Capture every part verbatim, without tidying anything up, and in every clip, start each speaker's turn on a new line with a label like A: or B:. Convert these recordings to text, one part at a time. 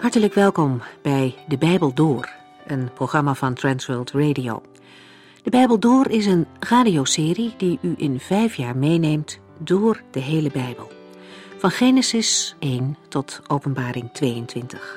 A: Hartelijk welkom bij De Bijbel Door, een programma van Transworld Radio. De Bijbel Door is een radioserie die u in vijf jaar meeneemt door de hele Bijbel. Van Genesis één tot Openbaring tweeëntwintig.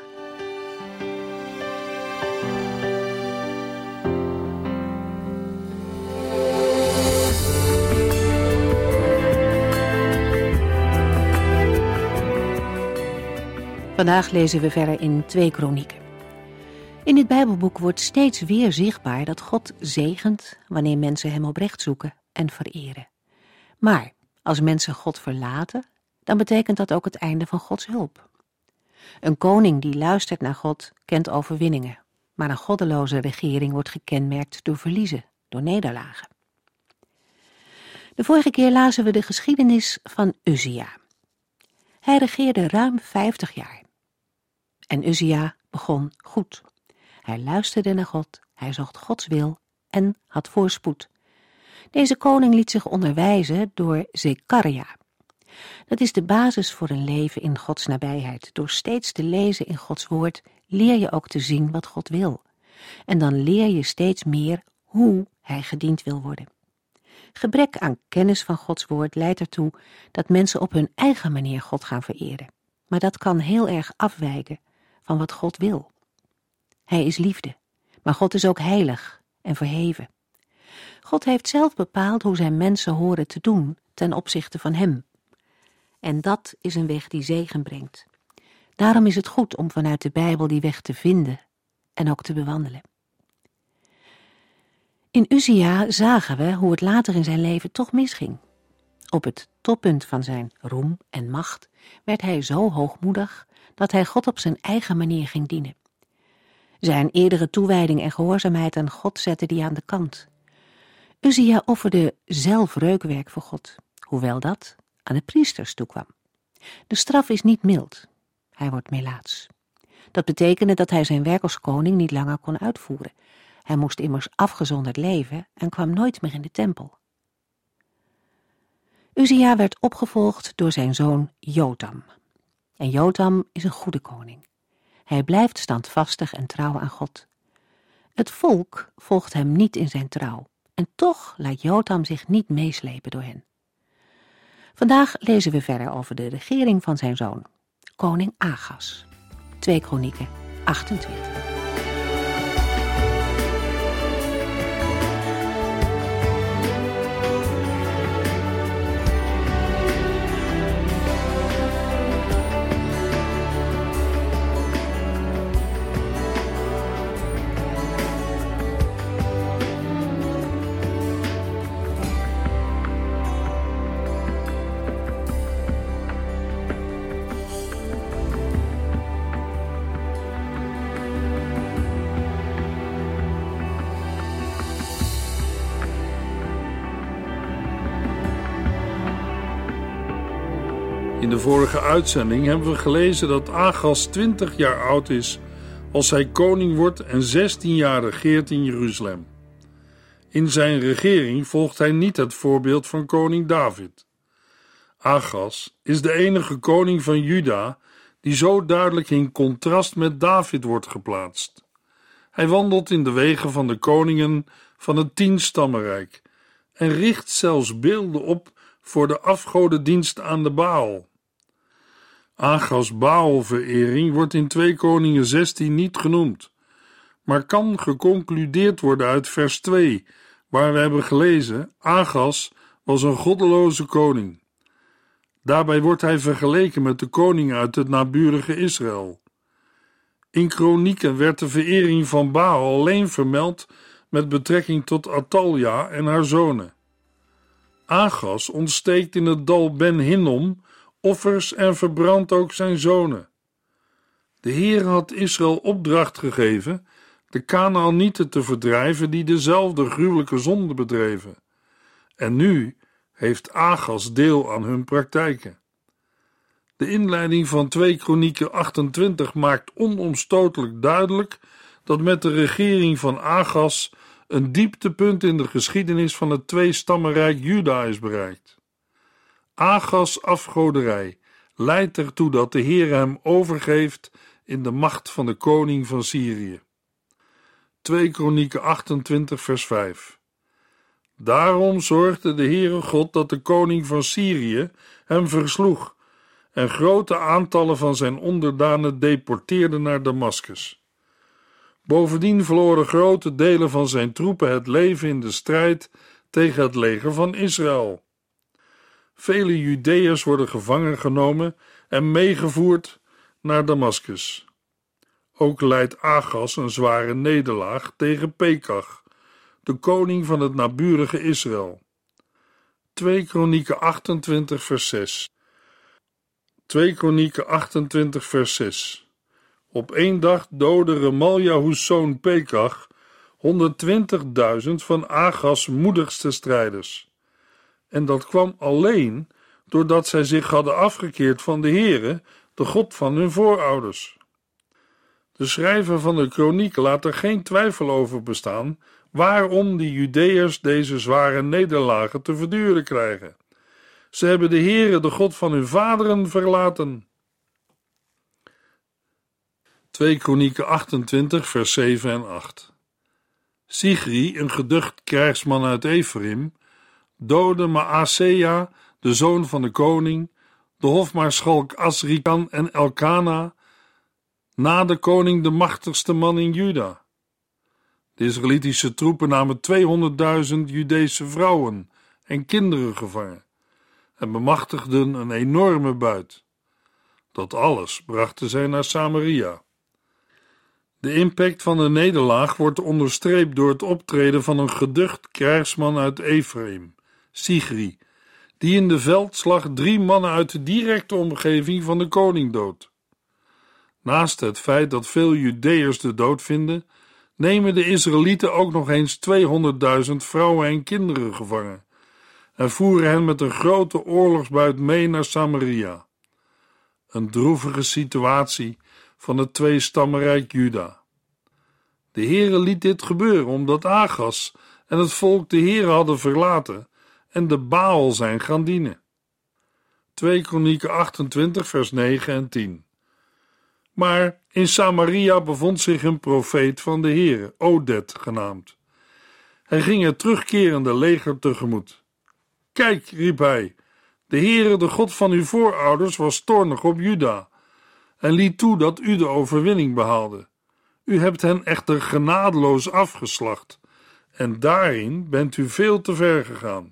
A: Vandaag lezen we verder in twee Kronieken. In dit Bijbelboek wordt steeds weer zichtbaar dat God zegent wanneer mensen hem oprecht zoeken en vereren. Maar als mensen God verlaten, dan betekent dat ook het einde van Gods hulp. Een koning die luistert naar God kent overwinningen, maar een goddeloze regering wordt gekenmerkt door verliezen, door nederlagen. De vorige keer lazen we de geschiedenis van Uzia. Hij regeerde ruim vijftig jaar. En Uzia begon goed. Hij luisterde naar God, hij zocht Gods wil en had voorspoed. Deze koning liet zich onderwijzen door Zekaria. Dat is de basis voor een leven in Gods nabijheid. Door steeds te lezen in Gods woord leer je ook te zien wat God wil. En dan leer je steeds meer hoe hij gediend wil worden. Gebrek aan kennis van Gods woord leidt ertoe dat mensen op hun eigen manier God gaan vereren. Maar dat kan heel erg afwijken van wat God wil. Hij is liefde, maar God is ook heilig en verheven. God heeft zelf bepaald hoe zijn mensen horen te doen ten opzichte van hem. En dat is een weg die zegen brengt. Daarom is het goed om vanuit de Bijbel die weg te vinden en ook te bewandelen. In Uzia zagen we hoe het later in zijn leven toch misging. Op het toppunt van zijn roem en macht werd hij zo hoogmoedig dat hij God op zijn eigen manier ging dienen. Zijn eerdere toewijding en gehoorzaamheid aan God zette die aan de kant. Uzia offerde zelf reukwerk voor God, hoewel dat aan de priesters toekwam. De straf is niet mild. Hij wordt melaats. Dat betekende dat hij zijn werk als koning niet langer kon uitvoeren. Hij moest immers afgezonderd leven en kwam nooit meer in de tempel. Uzia werd opgevolgd door zijn zoon Jotam. En Jotam is een goede koning. Hij blijft standvastig en trouw aan God. Het volk volgt hem niet in zijn trouw. En toch laat Jotam zich niet meeslepen door hen. Vandaag lezen we verder over de regering van zijn zoon, koning Agas. twee Kronieken achtentwintig.
B: In de vorige uitzending hebben we gelezen dat Agas twintig jaar oud is als hij koning wordt en zestien jaar regeert in Jeruzalem. In zijn regering volgt hij niet het voorbeeld van koning David. Agas is de enige koning van Juda die zo duidelijk in contrast met David wordt geplaatst. Hij wandelt in de wegen van de koningen van het tienstammenrijk en richt zelfs beelden op voor de afgodendienst aan de Baal. Agas Baalverering wordt in twee Koningen zestien niet genoemd, maar kan geconcludeerd worden uit vers twee, waar we hebben gelezen: Agas was een goddeloze koning. Daarbij wordt hij vergeleken met de koning uit het naburige Israël. In Kronieken werd de verering van Baal alleen vermeld met betrekking tot Atalja en haar zonen. Agas ontsteekt in het dal Ben Hinnom offers en verbrandt ook zijn zonen. De Heer had Israël opdracht gegeven de Kanaanieten te verdrijven die dezelfde gruwelijke zonde bedreven. En nu heeft Agas deel aan hun praktijken. De inleiding van twee Kronieken achtentwintig maakt onomstotelijk duidelijk dat met de regering van Agas een dieptepunt in de geschiedenis van het tweestammenrijk Juda is bereikt. Agas' afgoderij leidt ertoe dat de Heer hem overgeeft in de macht van de koning van Syrië. twee Kronieken achtentwintig vers vijf. Daarom zorgde de Heere God dat de koning van Syrië hem versloeg en grote aantallen van zijn onderdanen deporteerde naar Damaskus. Bovendien verloren grote delen van zijn troepen het leven in de strijd tegen het leger van Israël. Vele Judeërs worden gevangen genomen en meegevoerd naar Damaskus. Ook leidt Agas een zware nederlaag tegen Pekach, de koning van het naburige Israël. twee Kronieken achtentwintig vers zes. twee Kronieken achtentwintig vers zes. Op één dag doodde Remaljahu's zoon Pekach honderdtwintigduizend van Agas' moedigste strijders. En dat kwam alleen doordat zij zich hadden afgekeerd van de Heere, de God van hun voorouders. De schrijver van de kroniek laat er geen twijfel over bestaan waarom de Judeërs deze zware nederlagen te verduren krijgen. Ze hebben de Heere, de God van hun vaderen, verlaten. twee Kronieken achtentwintig vers zeven en acht. Sigri, een geducht krijgsman uit Ephraim, doodde Maasea, de zoon van de koning, de hofmaarschalk Azrikam en Elkana, na de koning de machtigste man in Juda. De Israëlitische troepen namen tweehonderdduizend Judese vrouwen en kinderen gevangen en bemachtigden een enorme buit. Dat alles brachten zij naar Samaria. De impact van de nederlaag wordt onderstreept door het optreden van een geducht krijgsman uit Ephraim, Sigri, die in de veldslag drie mannen uit de directe omgeving van de koning doodt. Naast het feit dat veel Judeërs de dood vinden, nemen de Israëlieten ook nog eens tweehonderdduizend vrouwen en kinderen gevangen en voeren hen met een grote oorlogsbuit mee naar Samaria. Een droevige situatie van het tweestammenrijk Juda. De Heere liet dit gebeuren omdat Agas en het volk de Heere hadden verlaten en de Baal zijn gaan dienen. twee Kronieken achtentwintig vers negen en tien. Maar in Samaria bevond zich een profeet van de Heere, Oded genaamd. Hij ging het terugkerende leger tegemoet. Kijk, riep hij, de Heere, de God van uw voorouders, was toornig op Juda en liet toe dat u de overwinning behaalde. U hebt hen echter genadeloos afgeslacht en daarin bent u veel te ver gegaan.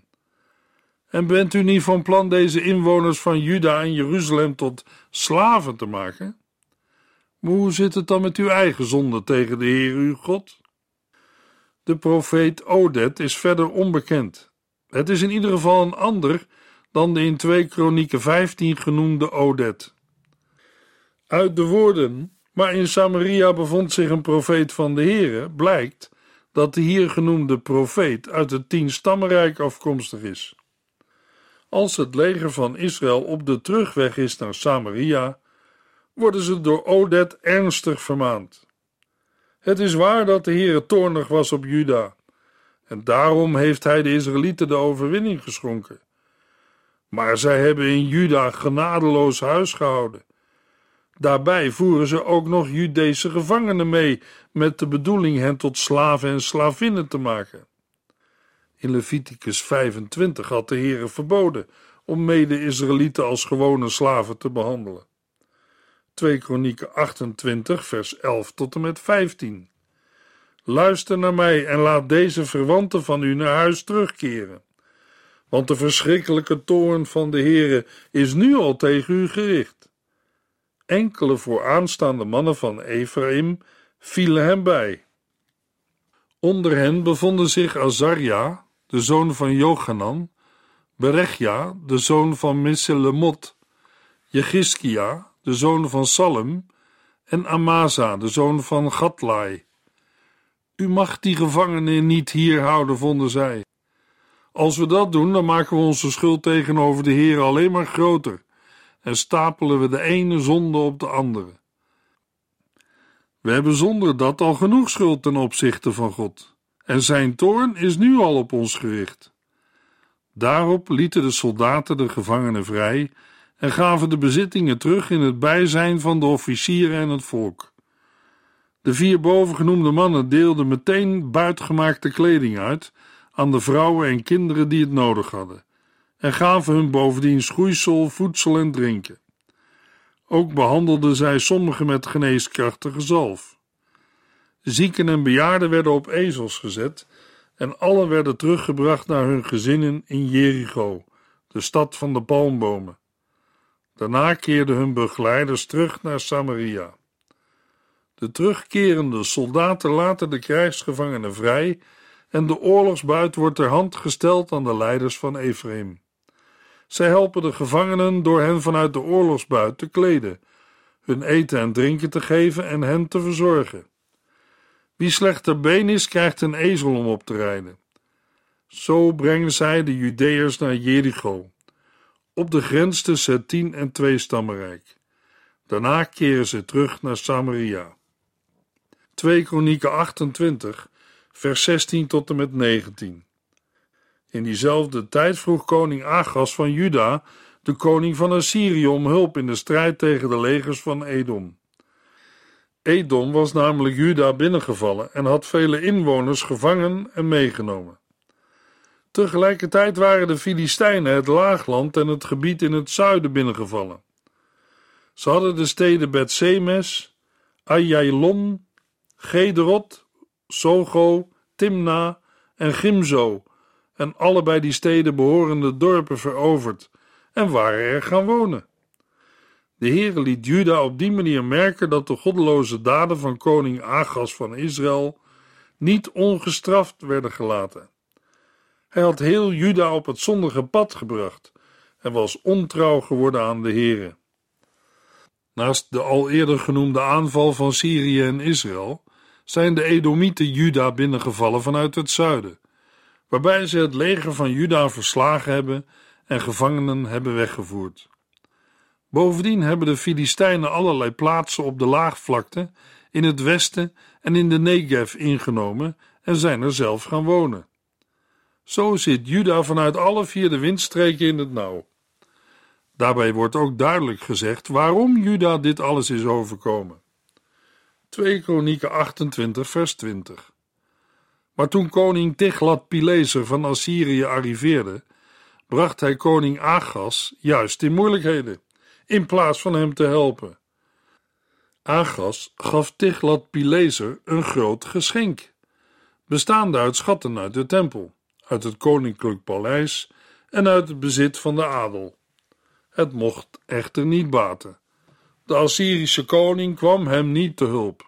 B: En bent u niet van plan deze inwoners van Juda en Jeruzalem tot slaven te maken? Maar hoe zit het dan met uw eigen zonde tegen de Heer uw God? De profeet Oded is verder onbekend. Het is in ieder geval een ander dan de in twee Kronieken vijftien genoemde Oded. Uit de woorden, maar in Samaria bevond zich een profeet van de Heere, blijkt dat de hier genoemde profeet uit het tienstammenrijk afkomstig is. Als het leger van Israël op de terugweg is naar Samaria, worden ze door Oded ernstig vermaand. Het is waar dat de Heere toornig was op Juda, en daarom heeft hij de Israëlieten de overwinning geschonken. Maar zij hebben in Juda genadeloos huisgehouden. Daarbij voeren ze ook nog Judese gevangenen mee met de bedoeling hen tot slaven en slavinnen te maken. In Leviticus vijfentwintig had de Heere verboden om mede-Israëlieten als gewone slaven te behandelen. twee Kronieken achtentwintig vers elf tot en met vijftien. Luister naar mij en laat deze verwanten van u naar huis terugkeren. Want de verschrikkelijke toorn van de Heere is nu al tegen u gericht. Enkele vooraanstaande mannen van Ephraim vielen hem bij. Onder hen bevonden zich Azaria, de zoon van Jochanan, Berechja, de zoon van Messelemot, Jechiskia, de zoon van Salem, en Amasa, de zoon van Gadlai. U mag die gevangenen niet hier houden, vonden zij. Als we dat doen, dan maken we onze schuld tegenover de Heer alleen maar groter en stapelen we de ene zonde op de andere. We hebben zonder dat al genoeg schuld ten opzichte van God, en zijn toorn is nu al op ons gericht. Daarop lieten de soldaten de gevangenen vrij en gaven de bezittingen terug in het bijzijn van de officieren en het volk. De vier bovengenoemde mannen deelden meteen buitgemaakte kleding uit aan de vrouwen en kinderen die het nodig hadden en gaven hun bovendien schoeisel, voedsel en drinken. Ook behandelden zij sommigen met geneeskrachtige zalf. Zieken en bejaarden werden op ezels gezet en allen werden teruggebracht naar hun gezinnen in Jericho, de stad van de palmbomen. Daarna keerden hun begeleiders terug naar Samaria. De terugkerende soldaten laten de krijgsgevangenen vrij en de oorlogsbuit wordt ter hand gesteld aan de leiders van Efraïm. Zij helpen de gevangenen door hen vanuit de oorlogsbuit te kleden, hun eten en drinken te geven en hen te verzorgen. Wie slecht ter been is, krijgt een ezel om op te rijden. Zo brengen zij de Judeërs naar Jericho, op de grens tussen het tien en twee stammenrijk. Daarna keren ze terug naar Samaria. twee Kronieken achtentwintig, vers zestien tot en met negentien. In diezelfde tijd vroeg koning Agas van Juda de koning van Assyrië om hulp in de strijd tegen de legers van Edom. Edom was namelijk Juda binnengevallen en had vele inwoners gevangen en meegenomen. Tegelijkertijd waren de Filistijnen het laagland en het gebied in het zuiden binnengevallen. Ze hadden de steden Bet-Semes, Ajalon, Gederot, Sogo, Timna en Gimzo en allebei die steden behorende dorpen veroverd en waren er gaan wonen. De Heere liet Juda op die manier merken dat de goddeloze daden van koning Agas van Israël niet ongestraft werden gelaten. Hij had heel Juda op het zondige pad gebracht en was ontrouw geworden aan de Heere. Naast de al eerder genoemde aanval van Syrië en Israël zijn de Edomieten Juda binnengevallen vanuit het zuiden, waarbij ze het leger van Juda verslagen hebben en gevangenen hebben weggevoerd. Bovendien hebben de Filistijnen allerlei plaatsen op de laagvlakte in het westen en in de Negev ingenomen en zijn er zelf gaan wonen. Zo zit Juda vanuit alle vier de windstreken in het nauw. Daarbij wordt ook duidelijk gezegd waarom Juda dit alles is overkomen. twee Kronieken achtentwintig, vers twintig. Maar toen koning Tiglat-Pileser van Assyrië arriveerde, bracht hij koning Agas juist in moeilijkheden, in plaats van hem te helpen. Agas gaf Tiglat-Pileser een groot geschenk, bestaande uit schatten uit de tempel, uit het koninklijk paleis en uit het bezit van de adel. Het mocht echter niet baten. De Assyrische koning kwam hem niet te hulp.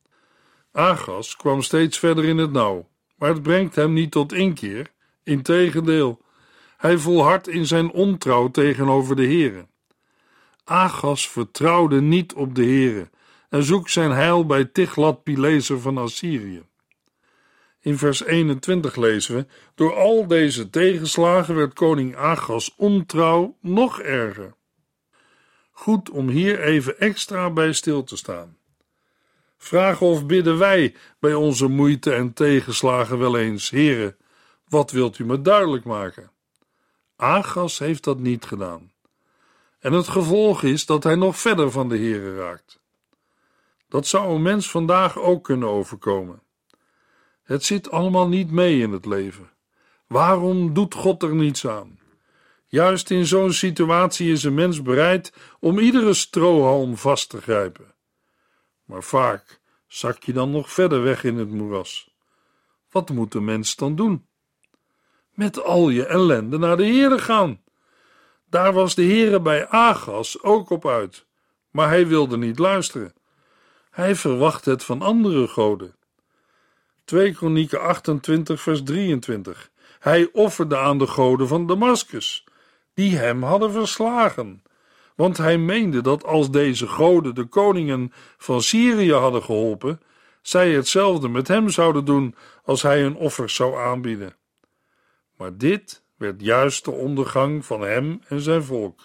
B: Agas kwam steeds verder in het nauw, maar het brengt hem niet tot inkeer. Integendeel, hij volhardt in zijn ontrouw tegenover de Heere. Agas vertrouwde niet op de Heere en zoekt zijn heil bij Tiglat-Pileser van Assyrië. In vers eenentwintig lezen we: door al deze tegenslagen werd koning Agas ontrouw nog erger. Goed om hier even extra bij stil te staan. Vragen of bidden wij bij onze moeite en tegenslagen wel eens: Heere, wat wilt u me duidelijk maken? Agas heeft dat niet gedaan. En het gevolg is dat hij nog verder van de Heere raakt. Dat zou een mens vandaag ook kunnen overkomen. Het zit allemaal niet mee in het leven. Waarom doet God er niets aan? Juist in zo'n situatie is een mens bereid om iedere strohalm vast te grijpen. Maar vaak zak je dan nog verder weg in het moeras. Wat moet de mens dan doen? Met al je ellende naar de Heere gaan. Daar was de Heere bij Agas ook op uit, maar hij wilde niet luisteren. Hij verwacht het van andere goden. twee Kronieken achtentwintig, vers drieëntwintig. Hij offerde aan de goden van Damaskus, die hem hadden verslagen, want hij meende dat als deze goden de koningen van Syrië hadden geholpen, zij hetzelfde met hem zouden doen als hij hun offers zou aanbieden. Maar dit werd juist de ondergang van hem en zijn volk.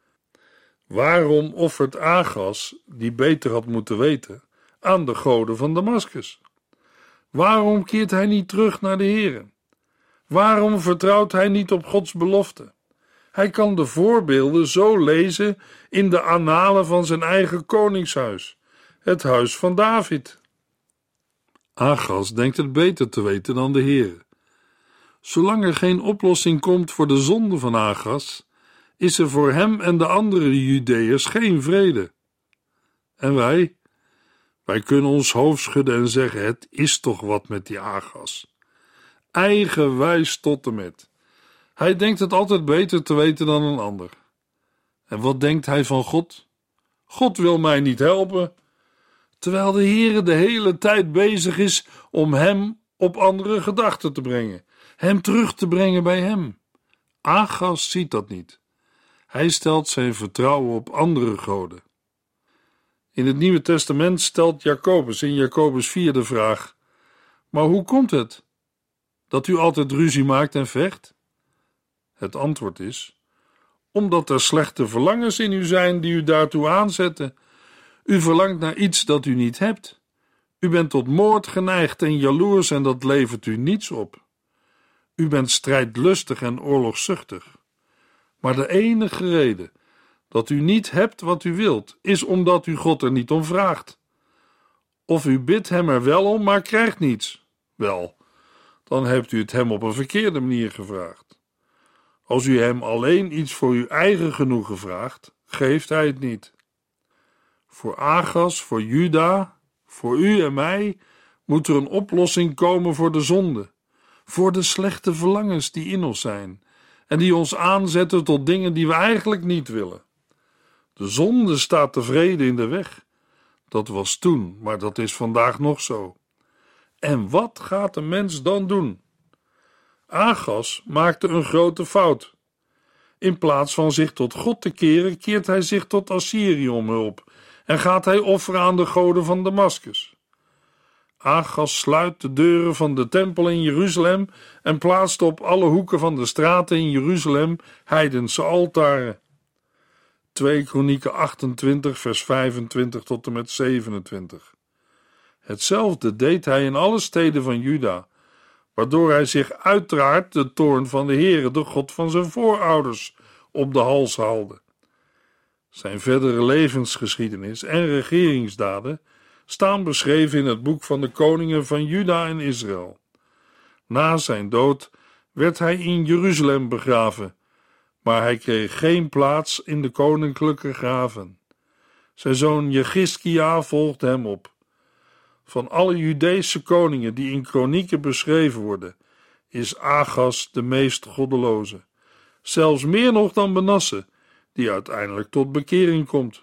B: Waarom offert Agas, die beter had moeten weten, aan de goden van Damaskus? Waarom keert hij niet terug naar de Heere? Waarom vertrouwt hij niet op Gods belofte? Hij kan de voorbeelden zo lezen in de annalen van zijn eigen koningshuis, het huis van David. Agas denkt het beter te weten dan de Heer. Zolang er geen oplossing komt voor de zonde van Agas, is er voor hem en de andere Judeërs geen vrede. En wij? Wij kunnen ons hoofd schudden en zeggen, het is toch wat met die Agas. Eigenwijs tot en met. Hij denkt het altijd beter te weten dan een ander. En wat denkt hij van God? God wil mij niet helpen, terwijl de Heere de hele tijd bezig is om hem op andere gedachten te brengen, hem terug te brengen bij hem. Agas ziet dat niet. Hij stelt zijn vertrouwen op andere goden. In het Nieuwe Testament stelt Jacobus in Jacobus vier de vraag: maar hoe komt het dat u altijd ruzie maakt en vecht? Het antwoord is: omdat er slechte verlangens in u zijn die u daartoe aanzetten. U verlangt naar iets dat u niet hebt. U bent tot moord geneigd en jaloers en dat levert u niets op. U bent strijdlustig en oorlogzuchtig. Maar de enige reden dat u niet hebt wat u wilt, is omdat u God er niet om vraagt. Of u bidt hem er wel om, maar krijgt niets. Wel, dan hebt u het hem op een verkeerde manier gevraagd. Als u hem alleen iets voor uw eigen genoegen vraagt, geeft hij het niet. Voor Agas, voor Juda, voor u en mij moet er een oplossing komen voor de zonde, voor de slechte verlangens die in ons zijn en die ons aanzetten tot dingen die we eigenlijk niet willen. De zonde staat tevreden in de weg. Dat was toen, maar dat is vandaag nog zo. En wat gaat de mens dan doen? Agas maakte een grote fout. In plaats van zich tot God te keren, keert hij zich tot Assyrië om hulp en gaat hij offeren aan de goden van Damascus. Agas sluit de deuren van de tempel in Jeruzalem en plaatst op alle hoeken van de straten in Jeruzalem heidense altaren. twee Kronieken achtentwintig vers vijfentwintig tot en met zevenentwintig. Hetzelfde deed hij in alle steden van Juda, waardoor hij zich uiteraard de toorn van de Heere, de God van zijn voorouders, op de hals haalde. Zijn verdere levensgeschiedenis en regeringsdaden staan beschreven in het boek van de koningen van Juda en Israël. Na zijn dood werd hij in Jeruzalem begraven, maar hij kreeg geen plaats in de koninklijke graven. Zijn zoon Jechiskija volgde hem op. Van alle Judeese koningen die in kronieken beschreven worden, is Agas de meest goddeloze, zelfs meer nog dan Manasse, die uiteindelijk tot bekering komt.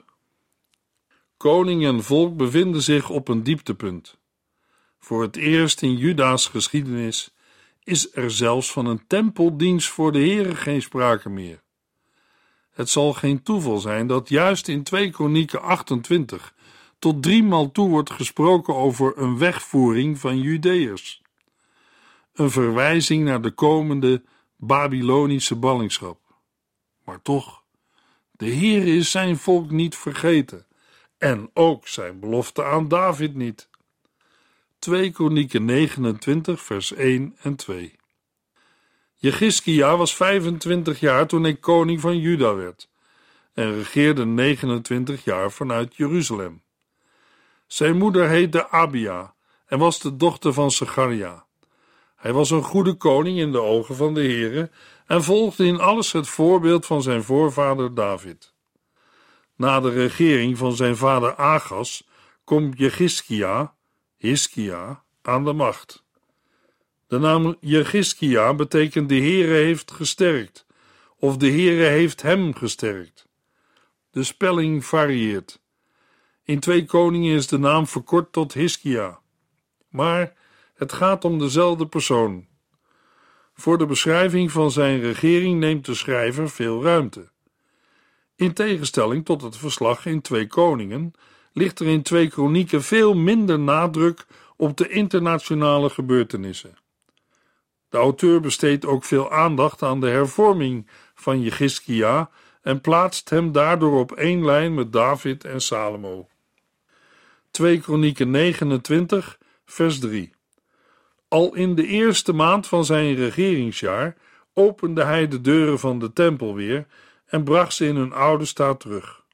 B: Koning en volk bevinden zich op een dieptepunt. Voor het eerst in Juda's geschiedenis is er zelfs van een tempeldienst voor de Heere geen sprake meer. Het zal geen toeval zijn dat juist in twee Kronieken achtentwintig tot driemaal toe wordt gesproken over een wegvoering van Judeërs. Een verwijzing naar de komende Babylonische ballingschap. Maar toch, de Heere is zijn volk niet vergeten en ook zijn belofte aan David niet. twee Kronieken negenentwintig vers één en twee. Jechiskija was vijfentwintig jaar toen hij koning van Juda werd en regeerde negenentwintig jaar vanuit Jeruzalem. Zijn moeder heette Abia en was de dochter van Secharia. Hij was een goede koning in de ogen van de Heere en volgde in alles het voorbeeld van zijn voorvader David. Na de regering van zijn vader Agas komt Jechiskija, Hiskia, aan de macht. De naam Jechiskija betekent de Heere heeft gesterkt, of de Heere heeft hem gesterkt. De spelling varieert. In twee Koningen is de naam verkort tot Hiskia, maar het gaat om dezelfde persoon. Voor de beschrijving van zijn regering neemt de schrijver veel ruimte. In tegenstelling tot het verslag in twee Koningen ligt er in twee Kronieken veel minder nadruk op de internationale gebeurtenissen. De auteur besteedt ook veel aandacht aan de hervorming van Jechiskija en plaatst hem daardoor op één lijn met David en Salomo. twee Kronieken negenentwintig, vers drie. Al in de eerste maand van zijn regeringsjaar opende hij de deuren van de tempel weer en bracht ze in hun oude staat terug.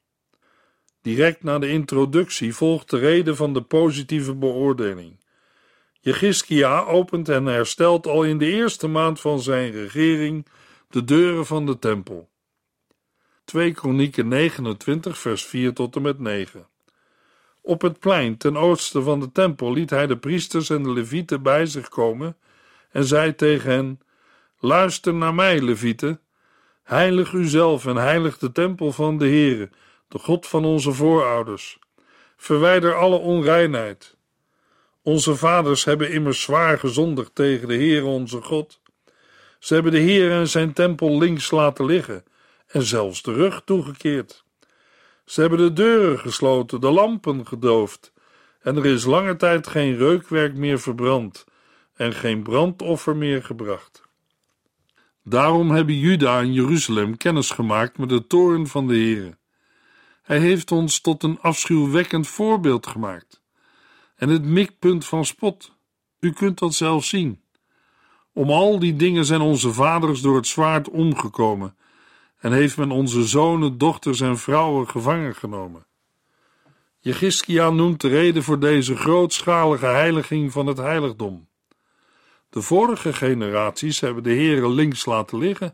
B: Direct na de introductie volgt de reden van de positieve beoordeling. Jechiskia opent en herstelt al in de eerste maand van zijn regering de deuren van de tempel. twee Kronieken negenentwintig vers vier tot en met negen. Op het plein ten oosten van de tempel liet hij de priesters en de levieten bij zich komen en zei tegen hen: luister naar mij, levieten, heilig uzelf en heilig de tempel van de Heere, de God van onze voorouders. Verwijder alle onreinheid. Onze vaders hebben immers zwaar gezondigd tegen de Heere onze God. Ze hebben de Heere en zijn tempel links laten liggen en zelfs de rug toegekeerd. Ze hebben de deuren gesloten, de lampen gedoofd, en er is lange tijd geen reukwerk meer verbrand en geen brandoffer meer gebracht. Daarom hebben Juda en Jeruzalem kennis gemaakt met de toorn van de Heere. Hij heeft ons tot een afschuwwekkend voorbeeld gemaakt en het mikpunt van spot. U kunt dat zelf zien. Om al die dingen zijn onze vaders door het zwaard omgekomen en heeft men onze zonen, dochters en vrouwen gevangen genomen. Jechiskia noemt de reden voor deze grootschalige heiliging van het heiligdom. De vorige generaties hebben de Heere links laten liggen.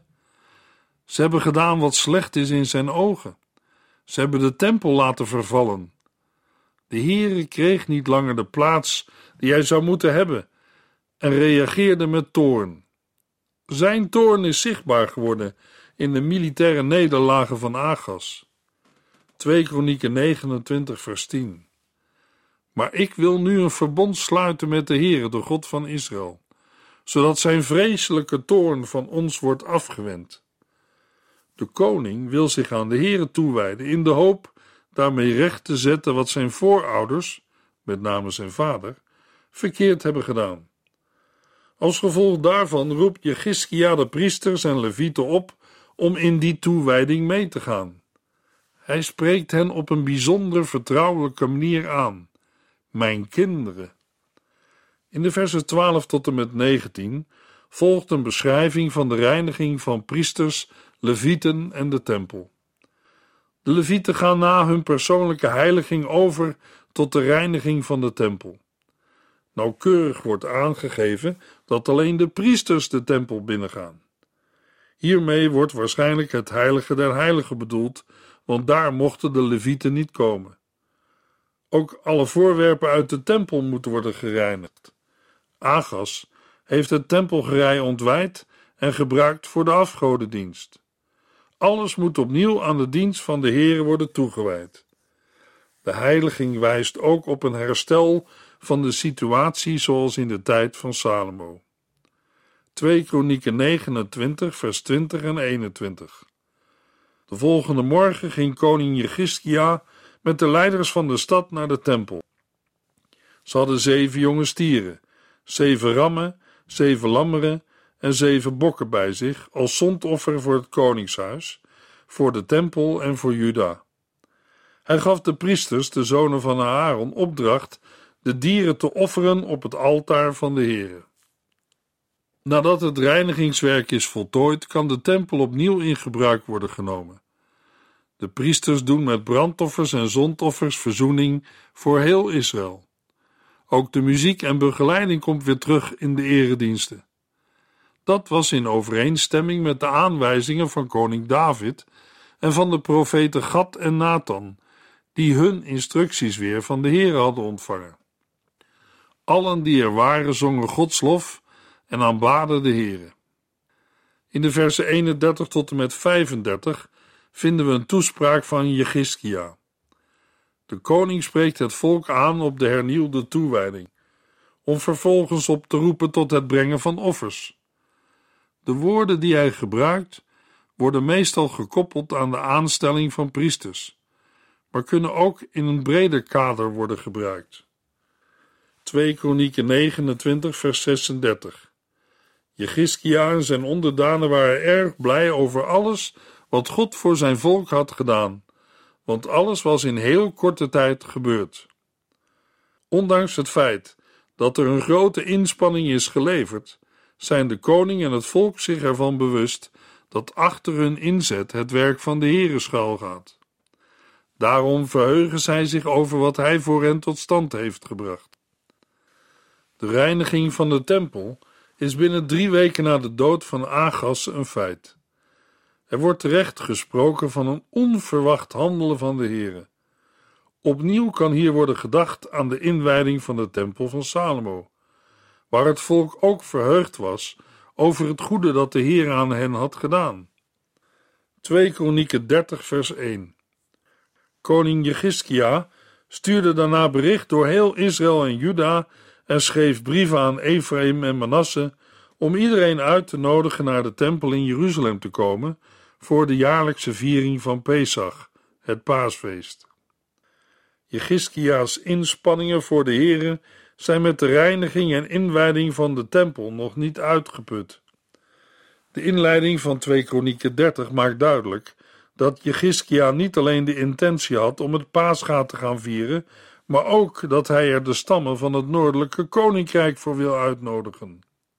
B: Ze hebben gedaan wat slecht is in zijn ogen. Ze hebben de tempel laten vervallen. De Heere kreeg niet langer de plaats die hij zou moeten hebben en reageerde met toorn. Zijn toorn is zichtbaar geworden in de militaire nederlagen van Agas. twee Kronieken negenentwintig vers tien. Maar ik wil nu een verbond sluiten met de Heere, de God van Israël, zodat zijn vreselijke toorn van ons wordt afgewend. De koning wil zich aan de Heere toewijden in de hoop daarmee recht te zetten wat zijn voorouders, met name zijn vader, verkeerd hebben gedaan. Als gevolg daarvan roept Jechiskia de priesters en levieten op om in die toewijding mee te gaan. Hij spreekt hen op een bijzonder vertrouwelijke manier aan: mijn kinderen. In de versen twaalf tot en met negentien volgt een beschrijving van de reiniging van priesters, levieten en de tempel. De levieten gaan na hun persoonlijke heiliging over tot de reiniging van de tempel. Nauwkeurig wordt aangegeven dat alleen de priesters de tempel binnengaan. Hiermee wordt waarschijnlijk het heilige der heiligen bedoeld, want daar mochten de levieten niet komen. Ook alle voorwerpen uit de tempel moeten worden gereinigd. Agas heeft het tempelgerei ontwijd en gebruikt voor de afgodendienst. Alles moet opnieuw aan de dienst van de Heere worden toegewijd. De heiliging wijst ook op een herstel van de situatie zoals in de tijd van Salomo. twee Kronieken negenentwintig vers twintig en eenentwintig. De volgende morgen ging koning Jechiskia met de leiders van de stad naar de tempel. Ze hadden zeven jonge stieren, zeven rammen, zeven lammeren en zeven bokken bij zich als zondoffer voor het koningshuis, voor de tempel en voor Juda. Hij gaf de priesters, de zonen van Aaron, opdracht de dieren te offeren op het altaar van de Heere. Nadat het reinigingswerk is voltooid, kan de tempel opnieuw in gebruik worden genomen. De priesters doen met brandoffers en zondoffers verzoening voor heel Israël. Ook de muziek en begeleiding komt weer terug in de erediensten. Dat was in overeenstemming met de aanwijzingen van koning David en van de profeten Gad en Nathan, die hun instructies weer van de Heere hadden ontvangen. Allen die er waren zongen Gods lof en aanbaden de Heere. In de versen eenendertig tot en met vijfendertig vinden we een toespraak van Jechiskia. De koning spreekt het volk aan op de hernieuwde toewijding, om vervolgens op te roepen tot het brengen van offers. De woorden die hij gebruikt worden meestal gekoppeld aan de aanstelling van priesters, maar kunnen ook in een breder kader worden gebruikt. twee Kronieken negenentwintig vers zesendertig. Jechiskia en zijn onderdanen waren erg blij over alles wat God voor zijn volk had gedaan, want alles was in heel korte tijd gebeurd. Ondanks het feit dat er een grote inspanning is geleverd, zijn de koning en het volk zich ervan bewust dat achter hun inzet het werk van de Heere schuilgaat. Daarom verheugen zij zich over wat hij voor hen tot stand heeft gebracht. De reiniging van de tempel is binnen drie weken na de dood van Agas een feit. Er wordt terecht gesproken van een onverwacht handelen van de Heere. Opnieuw kan hier worden gedacht aan de inwijding van de tempel van Salomo, waar het volk ook verheugd was over het goede dat de Heer aan hen had gedaan. twee Kronieken dertig vers één. Koning Jechiskia stuurde daarna bericht door heel Israël en Juda en schreef brieven aan Efraïm en Manasse om iedereen uit te nodigen naar de tempel in Jeruzalem te komen voor de jaarlijkse viering van Pesach, het paasfeest. Jechiskia's inspanningen voor de Heere zijn met de reiniging en inwijding van de tempel nog niet uitgeput. De inleiding van twee Kronieken dertig maakt duidelijk dat Jechiskia niet alleen de intentie had om het Paascha te gaan vieren, maar ook dat hij er de stammen van het noordelijke koninkrijk voor wil uitnodigen.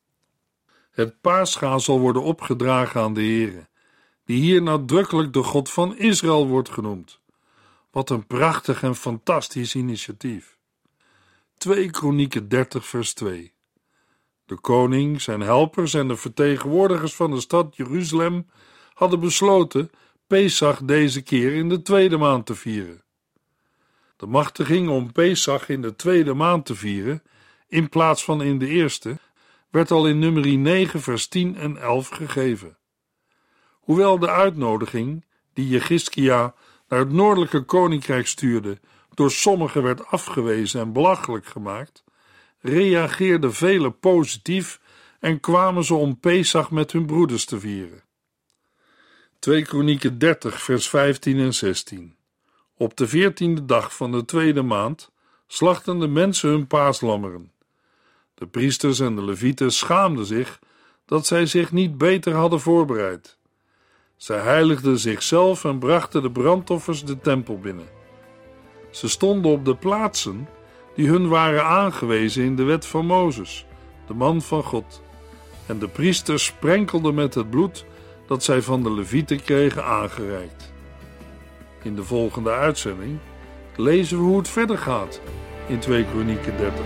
B: Het Paascha zal worden opgedragen aan de Heere, die hier nadrukkelijk de God van Israël wordt genoemd. Wat een prachtig en fantastisch initiatief. twee Kronieken dertig vers twee. De koning, zijn helpers en de vertegenwoordigers van de stad Jeruzalem hadden besloten Pesach deze keer in de tweede maand te vieren. De machtiging om Pesach in de tweede maand te vieren, in plaats van in de eerste, werd al in nummerie negen vers tien en elf gegeven. Hoewel de uitnodiging, die Jechiskia naar het noordelijke koninkrijk stuurde, door sommigen werd afgewezen en belachelijk gemaakt, reageerden velen positief en kwamen ze om Pesach met hun broeders te vieren. twee Kronieken dertig vers vijftien en zestien. Op de veertiende dag van de tweede maand slachten de mensen hun paaslammeren. De priesters en de levieten schaamden zich dat zij zich niet beter hadden voorbereid. Zij heiligden zichzelf en brachten de brandoffers de tempel binnen. Ze stonden op de plaatsen die hun waren aangewezen in de wet van Mozes, de man van God, en de priesters sprenkelden met het bloed dat zij van de levieten kregen aangereikt. In de volgende uitzending lezen we hoe het verder gaat in twee Kronieken dertig.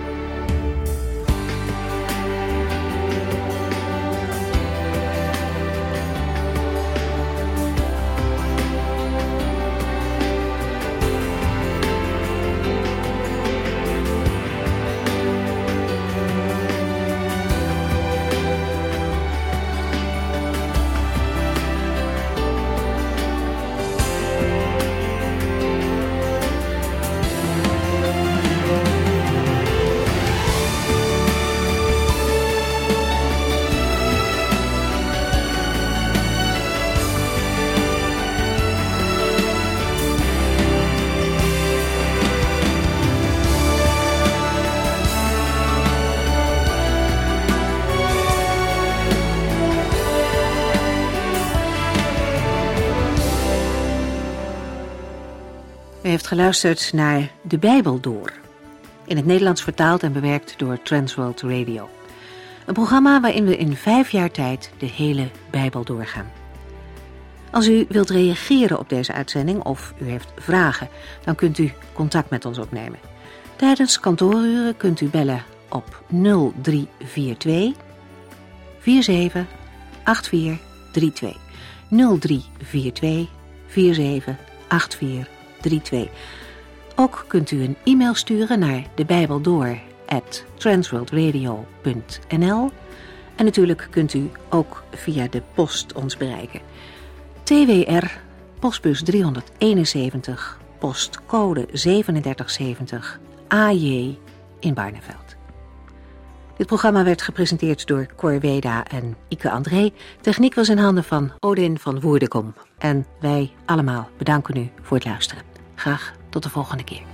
A: U heeft geluisterd naar De Bijbel Door, in het Nederlands vertaald en bewerkt door Transworld Radio. Een programma waarin we in vijf jaar tijd de hele Bijbel doorgaan. Als u wilt reageren op deze uitzending of u heeft vragen, dan kunt u contact met ons opnemen. Tijdens kantooruren kunt u bellen op nul drie vier twee vier zeven acht vier drie twee. nul drie vier twee vier zeven acht vier drie twee. Ook kunt u een e-mail sturen naar debijbeldoor at transworldradio punt n l en natuurlijk kunt u ook via de post ons bereiken. T W R, postbus driehonderdeenenzeventig, postcode zevenendertig zeventig, A J in Barneveld. Dit programma werd gepresenteerd door Cor Weda en Ike André. Techniek was in handen van Odin van Woerdekom. En wij allemaal bedanken u voor het luisteren. Graag tot de volgende keer.